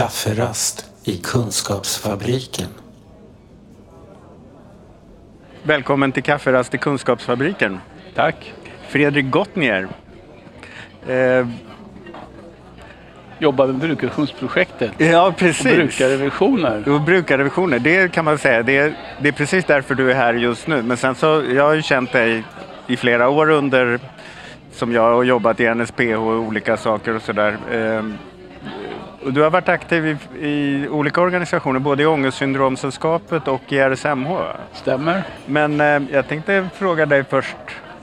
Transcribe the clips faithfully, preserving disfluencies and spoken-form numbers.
Kafferast i Kunskapsfabriken. Välkommen till Kafferast i Kunskapsfabriken. Tack. Fredrik Gottnier. Eh, Jobbar med brukarrevisionsprojektet. ja, precis. Och brukarrevisioner. Och brukarrevisioner, det kan man säga. Det är, det är precis därför du är här just nu. Men sen så, jag har ju känt dig i flera år under, som jag har jobbat i N S P H och olika saker och sådär. Eh, och du har varit aktiv i, i olika organisationer, både i Ångestsyndromsällskapet och i R S M H. Stämmer. Men eh, jag tänkte fråga dig först,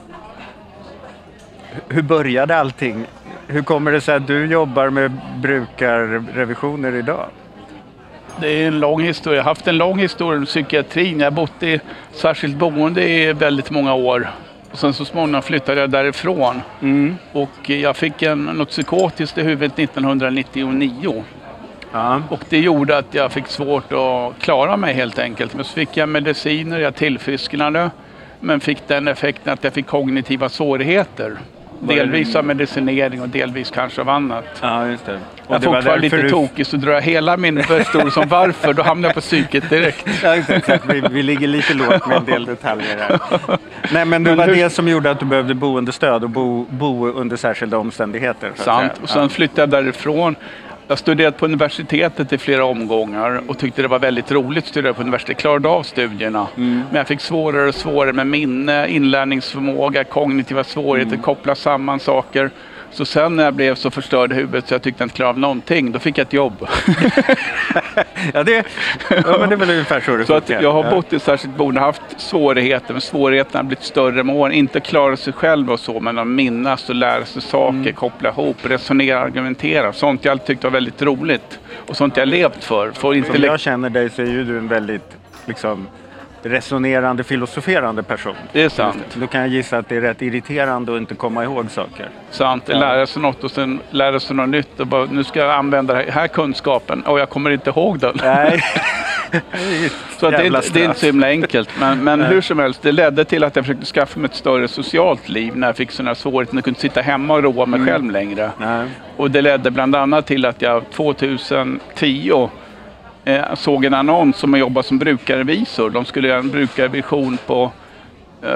hur började allting? Hur kommer det sig att du jobbar med brukarrevisioner idag? Det är en lång historia. Jag har haft en lång historia med psykiatrin. Jag har bott i särskilt boende i väldigt många år. Och sen så småningom flyttade jag därifrån. Mm. Och jag fick en, något psykotiskt i huvudet nittonhundranittionio. Ja. Och det gjorde att jag fick svårt att klara mig helt enkelt. Men så fick jag mediciner, jag tillfrisknade. Men fick den effekten att jag fick kognitiva svårigheter. Delvis av medicinering och delvis kanske av annat. Ja, just det. Och jag är det var fortfarande lite du... tokig, så drar jag hela min historia som varför, då hamnar jag på psyket direkt. Ja, exakt. Vi, vi ligger lite lågt med en del detaljer här. Nej, men det Men var hur... det som gjorde att du behövde boendestöd och bo, bo under särskilda omständigheter. Så Sant, att och sen ja. flyttade jag därifrån. Jag studerade på universitetet i flera omgångar och tyckte det var väldigt roligt att studera på universitetet. Jag klarade av studierna. Mm. Men jag fick svårare och svårare med minne, inlärningsförmåga, kognitiva svårigheter, mm. koppla samman saker. Så sen när jag blev så förstörd i huvudet så jag tyckte jag inte klarade av någonting, då fick jag ett jobb. ja, det, ja, men det är väl ungefär så det Så att jag har bott i särskilt boende, haft svårigheter, men svårigheterna har blivit större med åren. Inte klara sig själv och så, men att minnas och lära sig saker, mm. koppla ihop, resonera, argumentera. Sånt jag alltid tyckte var väldigt roligt och sånt jag levt för. för inte Som jag känner dig så är ju du en väldigt liksom resonerande, filosoferande person. Det är sant. Då kan jag gissa att det är rätt irriterande att inte komma ihåg saker. Sant, ja. Lära sig något och sen lära sig något nytt och bara, nu ska jag använda den här kunskapen och jag kommer inte ihåg den. Nej. Så att det, är, det är inte så himla enkelt, men, men hur som helst, det ledde till att jag försökte skaffa mig ett större socialt liv när jag fick sådana svårigheter. Jag kunde inte sitta hemma och roa mig mm. själv längre. Nej. Och det ledde bland annat till att jag tjugohundratio eh, såg en annons som att jobba som brukarrevisor. De skulle göra en brukarrevision på eh,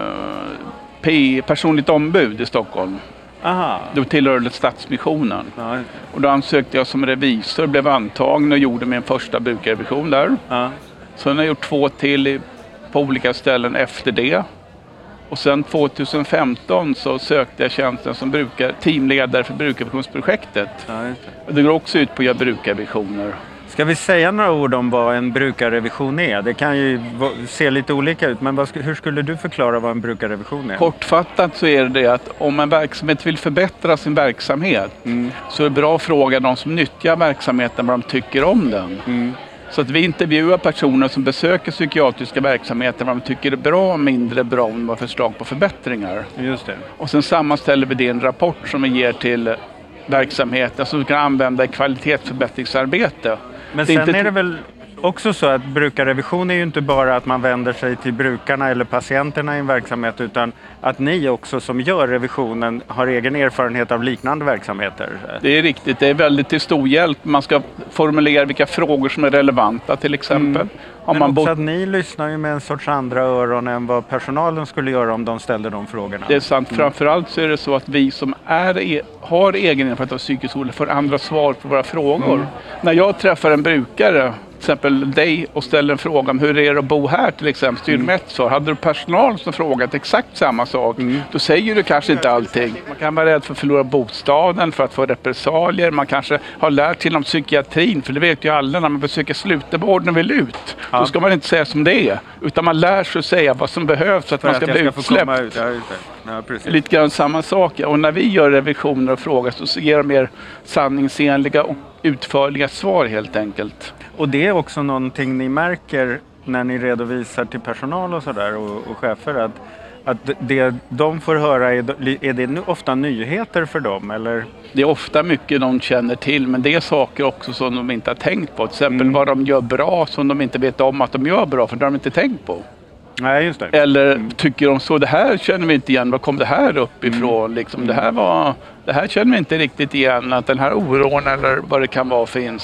P, personligt ombud i Stockholm. Aha. Då tillhörde Stadsmissionen. Ja. Och då ansökte jag som revisor, blev antagen och gjorde min första brukarrevision där. Ja. Sen har jag gjort två till i, på olika ställen efter det. Och sen tjugohundrafemton så sökte jag tjänsten som brukar, teamledare för brukarrevisionsprojektet. Ja, det går också ut på att göra brukarrevisioner. Ska vi säga några ord om vad en brukarrevision är? Det kan ju se lite olika ut, men vad, hur skulle du förklara vad en brukarrevision är? Kortfattat så är det att om en verksamhet vill förbättra sin verksamhet mm. så är det bra att fråga de som nyttjar verksamheten vad de tycker om den. Mm. Så att vi intervjuar personer som besöker psykiatriska verksamheter vad de tycker är bra och mindre bra om vad förslag på förbättringar. Just det. Och sen sammanställer vi det i en rapport som vi ger till verksamheten som vi kan använda i kvalitetsförbättringsarbete. Men sen är det väl också så att brukarrevision är ju inte bara att man vänder sig till brukarna eller patienterna i en verksamhet, utan att ni också som gör revisionen har egen erfarenhet av liknande verksamheter. Det är riktigt, det är väldigt till stor hjälp. Man ska formulera vilka frågor som är relevanta till exempel. Mm. Men man också bo- att ni lyssnar ju med en sorts andra öron än vad personalen skulle göra om de ställde de frågorna. Det är sant, mm. framförallt så är det så att vi som är, e- har egen erfarenhet av psykisk ohälsa får andra svar på våra frågor. Mm. När jag träffar en brukare, till exempel dig, och ställer en fråga om hur det är att bo här till exempel, styr ett svar. Hade du personal som frågat exakt samma sak, mm. då säger du kanske inte allting. Man kan vara rädd för att förlora bostaden, för att få repressalier. Man kanske har lärt sig om psykiatrin, för det vet ju alla när man besöker slutenvården och vill ut. Ja. Då ska man inte säga som det är, utan man lär sig att säga vad som behövs för att, för man ska, att bli utsläppt. Ut. Ja, ja, lite grann samma sak. Och när vi gör revisioner och frågor så ger de mer sanningsenliga och utförliga svar helt enkelt. Och det är också någonting ni märker när ni redovisar till personal och sådär och, och chefer, att, att det de får höra, är, är det ofta nyheter för dem? Eller? Det är ofta mycket de känner till, men det är saker också som de inte har tänkt på. Till exempel mm. vad de gör bra som de inte vet om att de gör bra, för det har de inte tänkt på. Nej, just det. Eller mm. tycker de så, det här känner vi inte igen, var kom det här upp ifrån? Mm. Liksom, det, här var, det här känner vi inte riktigt igen, att den här oron eller vad det kan vara finns.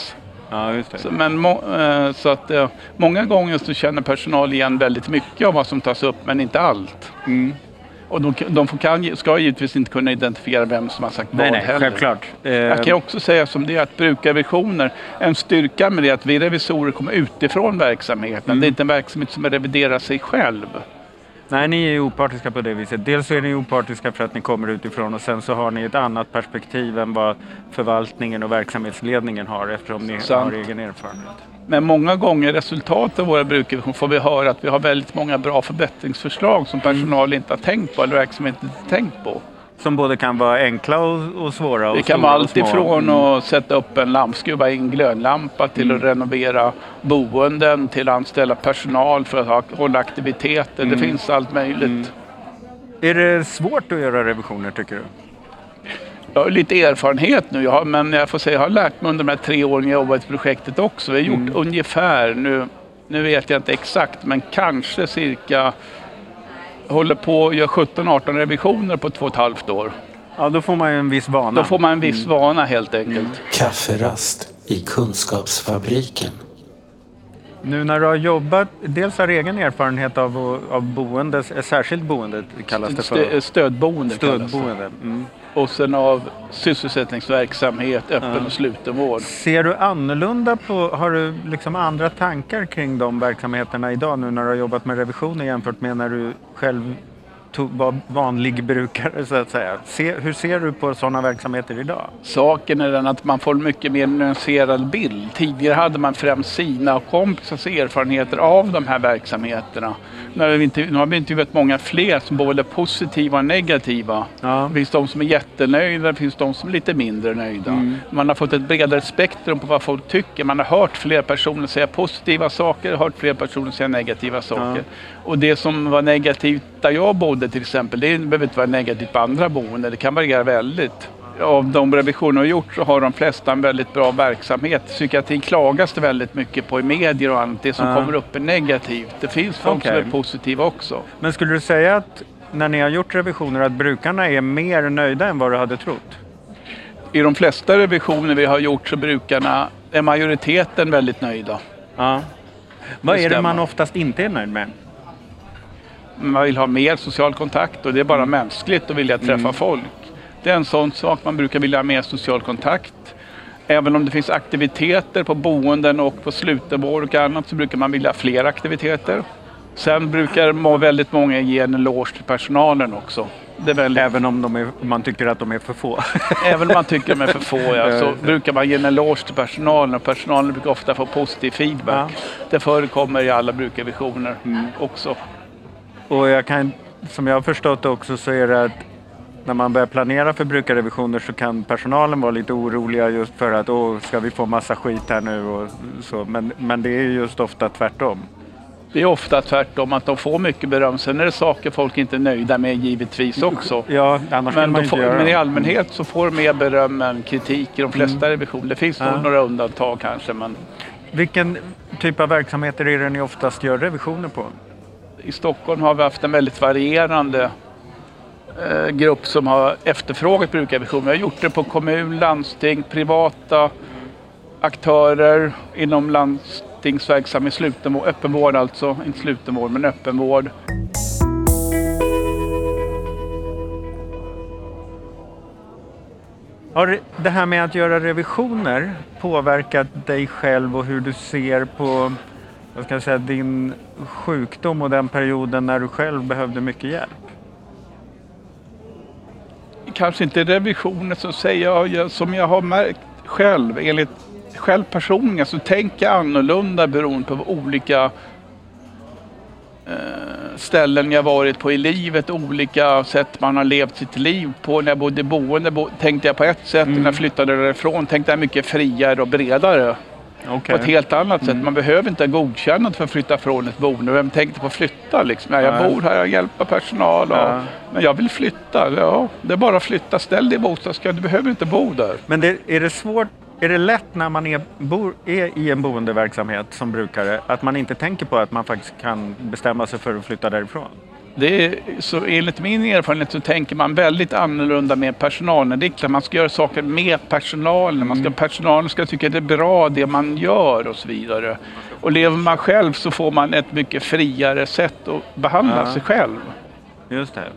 Ja, just det. Så, men må, eh, så att eh, många gånger så känner personal igen väldigt mycket av vad som tas upp, men inte allt. Mm. Och de, de får, kan, ska givetvis inte kunna identifiera vem som har sagt Nej, vad nej, heller. självklart. Eh, Jag kan också säga som det är att brukarvisioner, en styrka med det att vi revisorer kommer utifrån verksamheten. Mm. Det är inte en verksamhet som reviderar sig själv. Nej, ni är ju opartiska på det viset. Dels så är ni opartiska för att ni kommer utifrån och sen så har ni ett annat perspektiv än vad förvaltningen och verksamhetsledningen har eftersom ni Sant. har egen erfarenhet. Men många gånger resultatet av våra brukarvisioner får vi höra att vi har väldigt många bra förbättringsförslag som personal inte har tänkt på eller verksamheten inte har tänkt på. Som både kan vara enkla och, och svåra och Det kan stora vara och allt små. ifrån Mm. att sätta upp en lamp, skruva in glödlampa till att renovera boenden, till att anställa personal för att ha, hålla aktiviteter. Det finns allt möjligt. Mm. Är det svårt att göra revisioner tycker du? Jag har lite erfarenhet nu, jag har, men jag får säga jag har lärt mig under de här tre åren jag jobbat i projektet också. Vi har gjort Mm. ungefär, nu, nu vet jag inte exakt, men kanske cirka, håller på att göra sjutton arton revisioner på två och ett halvt år. Ja, då får man ju en viss vana. Då får man en viss vana helt enkelt. Kafferast i Kunskapsfabriken. Nu när du har jobbat, dels har egen erfarenhet av, av boende, särskilt boende kallas det för. Stö, stödboende kallas det. Stödboende. Mm. Och sen av sysselsättningsverksamhet, öppen Ja. och sluten vård. Ser du annorlunda på, har du liksom andra tankar kring de verksamheterna idag nu när du har jobbat med revisioner jämfört med när du själv tog, var vanlig brukare så att säga? Se, hur ser du på sådana verksamheter idag? Saken är den att man får mycket mer nyanserad bild. Tidigare hade man främst sina och kompisars erfarenheter av de här verksamheterna. Nu har vi, inte, nu har vi intervjuat många fler som både är positiva och negativa. Ja. Det finns de som är jättenöjda, det finns de som är lite mindre nöjda. Mm. Man har fått ett bredare spektrum på vad folk tycker. Man har hört fler personer säga positiva saker, hört fler personer säga negativa saker. Och det som var negativt där jag bodde till exempel, det behöver inte vara negativt på andra boenden. Det kan variera väldigt. Av de revisioner jag har gjort så har de flesta en väldigt bra verksamhet. Psykiatrin klagas det väldigt mycket på i medier och annat. Det som Ja. kommer upp är negativt. Det finns folk Okej. som är positiva också. Men skulle du säga att när ni har gjort revisioner att brukarna är mer nöjda än vad du hade trott? I de flesta revisioner vi har gjort så brukarna är majoriteten väldigt nöjda. Ja. Vad Det är det stämmer. man oftast inte är nöjd med? Man vill ha mer social kontakt och det är bara mänskligt att vilja träffa Mm. folk. Det är en sån sak, man brukar vilja ha mer social kontakt. Även om det finns aktiviteter på boenden och på slutenvård och annat så brukar man vilja ha fler aktiviteter. Sen brukar må väldigt många ge en eloge till personalen också. Det är väldigt, Även om de är, man tycker att de är för få. även om man tycker de är för få ja, så brukar man ge en eloge till personalen och personalen brukar ofta få positiv feedback. Det förekommer i alla brukarvisioner också. Och jag kan, som jag har förstått också så är det att när man börjar planera för brukarrevisioner så kan personalen vara lite oroliga just för att åh, ska vi få massa skit här nu och så. Men, men det är ju just ofta tvärtom. Det är ofta tvärtom att de får mycket beröm. Sen är det saker folk inte är nöjda med givetvis också. Ja, annars vill Men, man de inte får, göra men i det. allmänhet så får de mer beröm än kritik i de flesta revisioner. Det finns Ja. nog några undantag kanske. Men Vilken typ av verksamheter är det ni oftast gör revisioner på? i Stockholm har vi haft en väldigt varierande eh, grupp som har efterfrågat brukarrevision. Vi har gjort det på kommun, landsting, privata aktörer inom landstingsverksamhet, slutenvård, öppenvård alltså, inte slutenvård men öppenvård. Har det här med att göra revisioner påverkat dig själv och hur du ser på vad ska jag säga, din sjukdom och den perioden när du själv behövde mycket hjälp? Kanske inte revisioner så säger jag, jag som jag har märkt själv, enligt själv personligen så tänker jag annorlunda beroende på olika eh, ställen jag varit på i livet, olika sätt man har levt sitt liv på. När jag bodde i boende bo, tänkte jag på ett sätt, Mm. när jag flyttade därifrån tänkte jag mycket friare och bredare. Okay. På ett helt annat sätt. Man behöver inte ha godkännande för att flytta från ett boende. Vem tänkte på att flytta liksom? Ja, jag Nej. bor här, jag hjälper personal. Och, Ja. Men jag vill flytta. Ja, det är bara att flytta. Ställ dig i bostadskö. Du behöver inte bo där. Men det, är det svårt, är det lätt när man är, bor, är i en boendeverksamhet som brukare att man inte tänker på att man faktiskt kan bestämma sig för att flytta därifrån? Det är, så enligt min erfarenhet så tänker man väldigt annorlunda med personalen. Det är klart man ska göra saker med personalen. Man ska, personalen ska tycka att det är bra det man gör och så vidare. Och lever man själv så får man ett mycket friare sätt att behandla Ja. sig själv. Just det.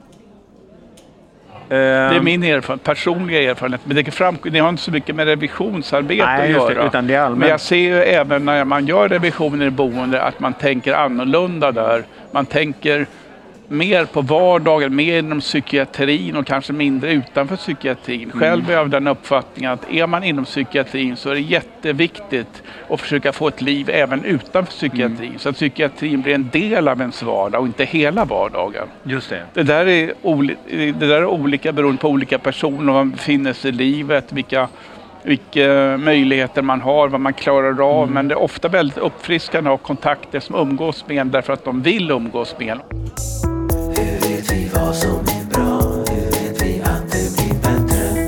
Det är min erfarenhet, personliga erfarenhet. Men det, fram, det har inte så mycket med revisionsarbete Nej, att just det, göra. utan det är allmänt. Men jag ser ju även när man gör revisioner i boende att man tänker annorlunda där. Man tänker mer på vardagen, mer inom psykiatrin och kanske mindre utanför psykiatrin. Mm. Själv är jag av den uppfattningen att är man inom psykiatrin så är det jätteviktigt att försöka få ett liv även utanför psykiatrin. Mm. Så att psykiatrin blir en del av ens vardag och inte hela vardagen. Just det. Det där är, oli- det där är olika beroende på olika personer, var man befinner sig i livet, vilka, vilka möjligheter man har, vad man klarar av. Mm. Men det är ofta väldigt uppfriskande att ha kontakter som umgås med en därför att de vill umgås med en. Hur vet vi vad som är bra? Hur vet vi att det blir bättre?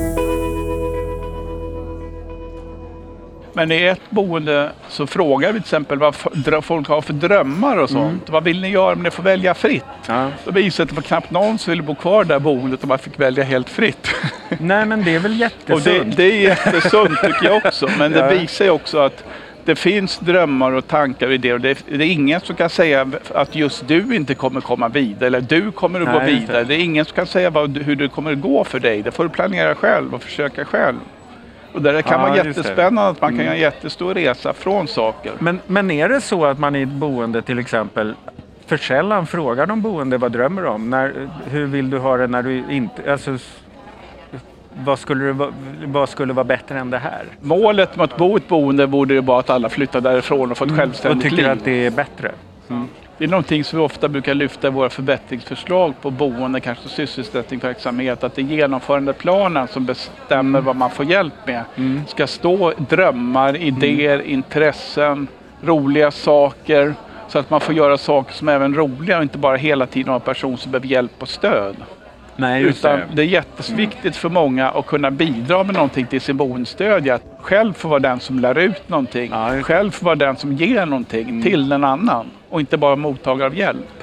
Men i ett boende så frågar vi till exempel vad f- dra- folk har för drömmar och sånt. Vad vill ni göra om ni får välja fritt? Ja. Då visar det att det var knappt någon som ville bo kvar där boendet om man fick välja helt fritt. Nej, men det är väl Och jättesunt. det, det är jättesunt tycker jag också. Men det Ja. visar ju också att det finns drömmar och tankar och idéer. Och det, det är ingen som kan säga att just du inte kommer komma vidare. Eller du kommer att Nej, gå just det. vidare. Det är ingen som kan säga vad, hur det kommer att gå för dig. Det får du planera själv och försöka själv. Och där kan Ja, vara just det. jättespännande att man kan göra en jättestor resa från saker. Men, men är det så att man i ett boende till exempel för sällan frågar de boende vad drömmer de om? När, hur vill du ha det när du inte... Alltså, vad, skulle det, va- vad skulle vara bättre än det här? Målet med att bo i ett boende borde ju vara att alla flyttar därifrån och får ett Och självständigt tycker liv. att det är bättre? Det är någonting som vi ofta brukar lyfta i våra förbättringsförslag på boende, kanske sysselsättningsverksamhet, att det är genomförandeplanen som bestämmer vad man får hjälp med. Ska stå drömmar, idéer, intressen, roliga saker, så att man får göra saker som är även roliga och inte bara hela tiden ha en person som behöver hjälp och stöd. Nej, just Utan det. det är jätteviktigt för många att kunna bidra med någonting till sin boendestöd. Att själv få vara den som lär ut någonting. Ja, just- Själv få vara den som ger någonting till en annan. Och inte bara mottagare av hjälp.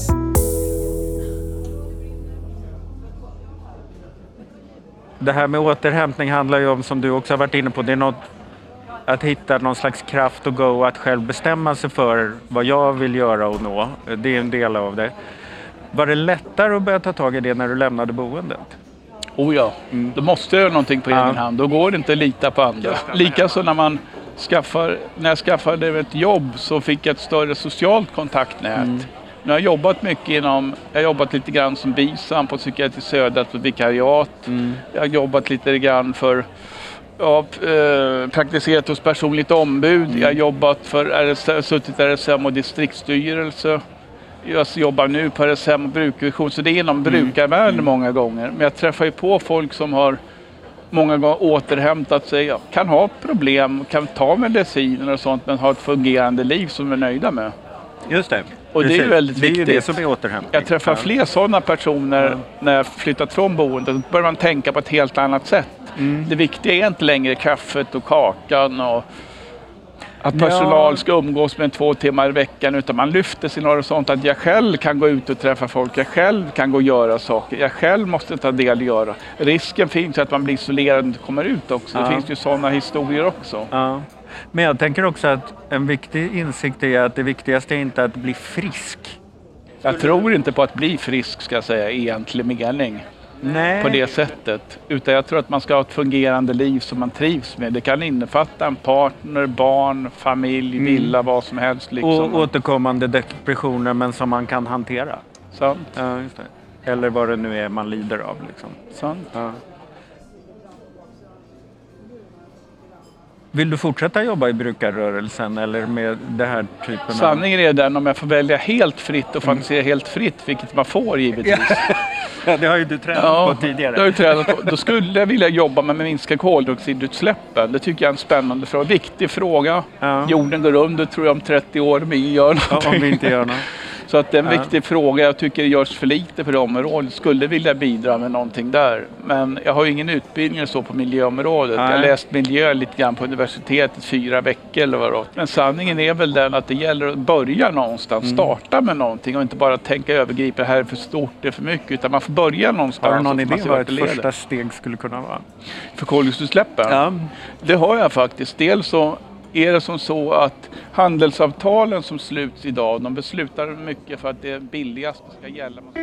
Det här med återhämtning handlar ju om, som du också har varit inne på, det är något att hitta någon slags kraft och go att själv bestämma sig för vad jag vill göra och nå. Det är en del av det. Var det lättare att börja ta tag i det när du lämnade boendet? Oh ja, då måste jag göra någonting på Ja. egen hand. Då går det inte att lita på andra. Likaså när man skaffar, när jag skaffade ett jobb så fick jag ett större socialt kontaktnät. Mm. Nu har jag jobbat mycket inom, jag har jobbat lite grann som bisam på Psykiatri Södra på vikariat. Mm. Jag har jobbat lite grann för, ja, eh, praktiserat hos personligt ombud. Jag har jobbat för R S M, suttit i R S M och distriktsstyrelse. Jag jobbar nu på R S M och brukarvision, så det är inom brukarvärlden många gånger. Men jag träffar ju på folk som har många gånger återhämtat sig, ja, kan ha problem, kan ta mediciner och sånt, men har ett fungerande liv som de är nöjda med. Just det. Och det är Precis. väldigt Det är ju viktigt. det som är återhämtning. Jag träffar Ja. fler sådana personer när jag flyttat från boendet. Då börjar man tänka på ett helt annat sätt. Det viktiga är inte längre kaffet och kakan och att personal Ja. ska umgås med två timmar i veckan, utan man lyfter sin horisont att jag själv kan gå ut och träffa folk, jag själv kan gå och göra saker, jag själv måste ta del och göra. Risken finns att man blir isolerad och inte kommer ut också. Det Ja. finns ju sådana historier också. Ja. Men jag tänker också att en viktig insikt är att det viktigaste är inte att bli frisk. Jag tror inte på att bli frisk, ska jag säga, i egentlig mening. Nej. På det sättet. Utan jag tror att man ska ha ett fungerande liv som man trivs med. Det kan innefatta en partner, barn, familj, villa, vad som helst. Liksom. Och återkommande depressioner, men som man kan hantera. Sant, Ja, just det. Eller vad det nu är man lider av. Liksom. sant. Ja. Vill du fortsätta jobba i brukarrörelsen eller med det här typen av... Sanningen är den, om jag får välja helt fritt och fantisera helt fritt, vilket man får givetvis. Ja, det har ju du tränat Ja, på tidigare. det har jag tränat på. Då skulle jag vilja jobba med att minska koldioxidutsläppen. Det tycker jag är en spännande fråga. Viktig fråga. Ja. Jorden går under, tror jag, om trettio år. Men vi gör Ja, någonting. om vi inte gör något. Så att det är en Ja. viktig fråga. Jag tycker det görs för lite på det området. Skulle vilja bidra med någonting där. Men jag har ju ingen utbildning så på miljöområdet. Nej. Jag har läst miljö lite grann på universitetet fyra veckor eller vad det var. Men sanningen är väl den att det gäller att börja någonstans. Mm. Starta med någonting och inte bara tänka övergripande. Det här är för stort, det är för mycket. Utan man får börja någonstans. Har du någon och idé man ser vad vart ett det leder. första steg skulle kunna vara? För koldioxidutsläppen? Ja. Det har jag faktiskt. Dels så är det som så att handelsavtalen som sluts idag, de beslutar mycket för att det billigaste ska gälla. Man ska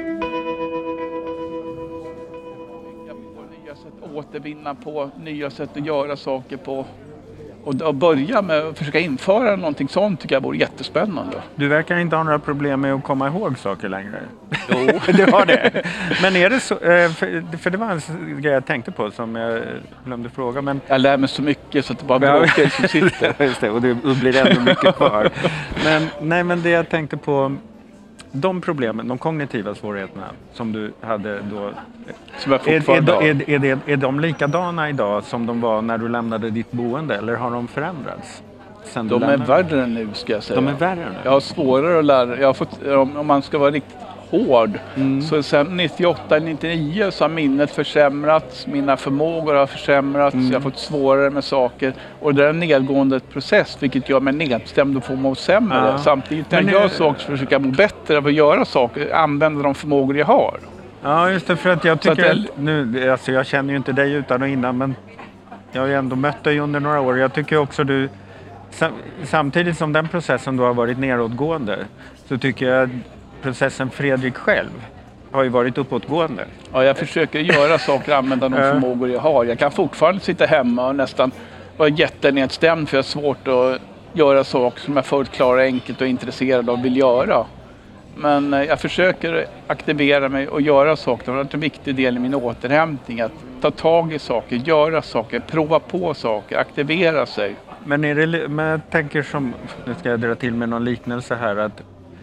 på nya sätt att återvinna på, nya sätt att göra saker på. Och att börja med att försöka införa någonting sånt tycker jag vore jättespännande. Du verkar inte ha några problem med att komma ihåg saker längre. Jo. Du har det. Men är det så, eh, för, för det var en grej jag tänkte på som jag glömde fråga. Men Jag lär mig så mycket så att det bara Ja. bråkar som sitter. Just det, och det blir ändå mycket kvar. Men, nej, men det jag tänkte på, de problemen, de kognitiva svårigheterna som du hade då, Som jag är, är, fortfarande har. är, är, det, är de likadana idag som de var när du lämnade ditt boende, eller har de förändrats? Sen du De är lämnade? värre än nu ska jag säga. De är värre nu? Jag har svårare att lära. Jag har fått, om, om man ska vara riktigt hård. Mm. Så sen nittioåtta nittionio så har minnet försämrats. Mina förmågor har försämrats. Mm. Jag har fått svårare med saker. Och det är en nedgående process vilket gör mig nedstämd och får må sämre. Ja. Samtidigt när Men jag gör det- saker så försöker jag må bättre av att göra saker. Använda de förmågor jag har. Ja, just det, för att jag tycker att att det- nu, alltså jag känner ju inte dig utan och innan, men jag har ju ändå mött dig under några år. Jag tycker också du, sam, samtidigt som den processen då har varit nedåtgående, så tycker jag att processen Fredrik själv har ju varit uppåtgående. Ja, jag försöker göra saker och använda de Ja. förmågor jag har. Jag kan fortfarande sitta hemma och nästan vara jättenedstämd för jag har svårt att göra saker som jag förut klarar enkelt och är intresserad av och vill göra. Men eh, jag försöker aktivera mig och göra saker. Det har varit en viktig del i min återhämtning. Att ta tag i saker, göra saker, prova på saker, aktivera sig. Men, är det, li- men jag tänker som, nu ska jag dra till med någon liknelse här, att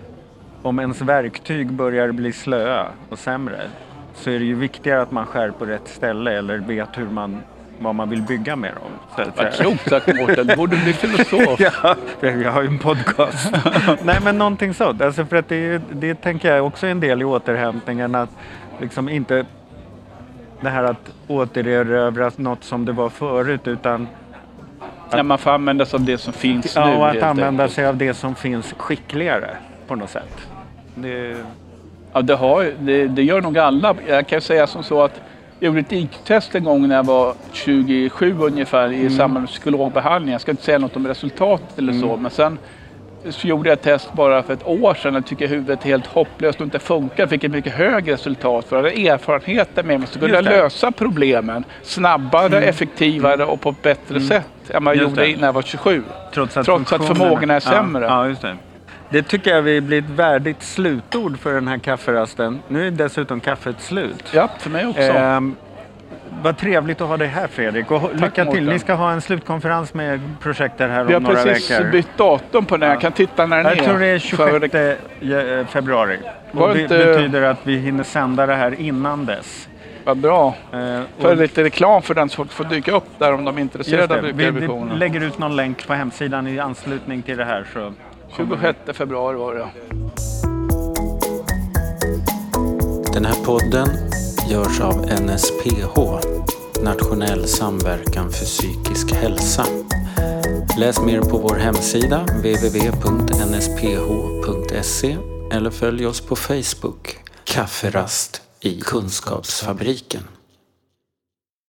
om ens verktyg börjar bli slöa och sämre, så är det ju viktigare att man skär på rätt ställe eller vet hur man, vad man vill bygga med dem. Så att Vad säga. klokt sagt Mårten, du borde bli filosof. Ja, jag har ju en podcast. Nej, men någonting sånt. Alltså för att det, det tänker jag också är en del i återhämtningen, att liksom inte det här att återerövra något som det var förut, utan När man får använda sig av det som finns nu. ja, och att helt använda enkelt. sig av det som finns skickligare på något sätt. Det, Ja, det, har, det, det gör nog alla. Jag kan säga som så att jag gjorde ett I Q-test en gång när jag var tjugosju ungefär i Mm. samband med psykologbehandling. Jag ska inte säga något om resultatet eller så, Mm. men sen så gjorde jag ett test bara för ett år sedan. Jag tycker huvudet är helt hopplöst och inte funkar. Fick ett mycket högre resultat för jag hade erfarenheter med mig. Så kunde jag Just det. lösa problemen snabbare, effektivare och på ett bättre sätt än vad jag Just gjorde det. när jag var tjugosju. trots att, Trots att funktionerna- förmågorna är sämre. Ja, ja, just det. Det tycker jag vi blir ett värdigt slutord för den här kafferasten. Nu är dessutom kaffet slut. Ja, för mig också. Ehm, vad trevligt att ha dig här, Fredrik. Och lycka till. Mårten. Ni ska ha en slutkonferens med projektet här Vi har om några precis veckor. bytt datum på den. Jag kan titta när den är. Jag tror det är För- tjugosjätte ja, februari. Var Och det inte- betyder att vi hinner sända det här innan dess. Vad bra. Ehm, För och- lite reklam för den som får dyka upp där om de är just intresserade av det. Vi, vi brukarvisionen. lägger ut någon länk på hemsidan i anslutning till det här. Så tjugosjätte februari var det. Den här podden görs av N S P H, Nationell samverkan för psykisk hälsa. Läs mer på vår hemsida w w w punkt n s p h punkt s e eller följ oss på Facebook. Kafferast i Kunskapsfabriken.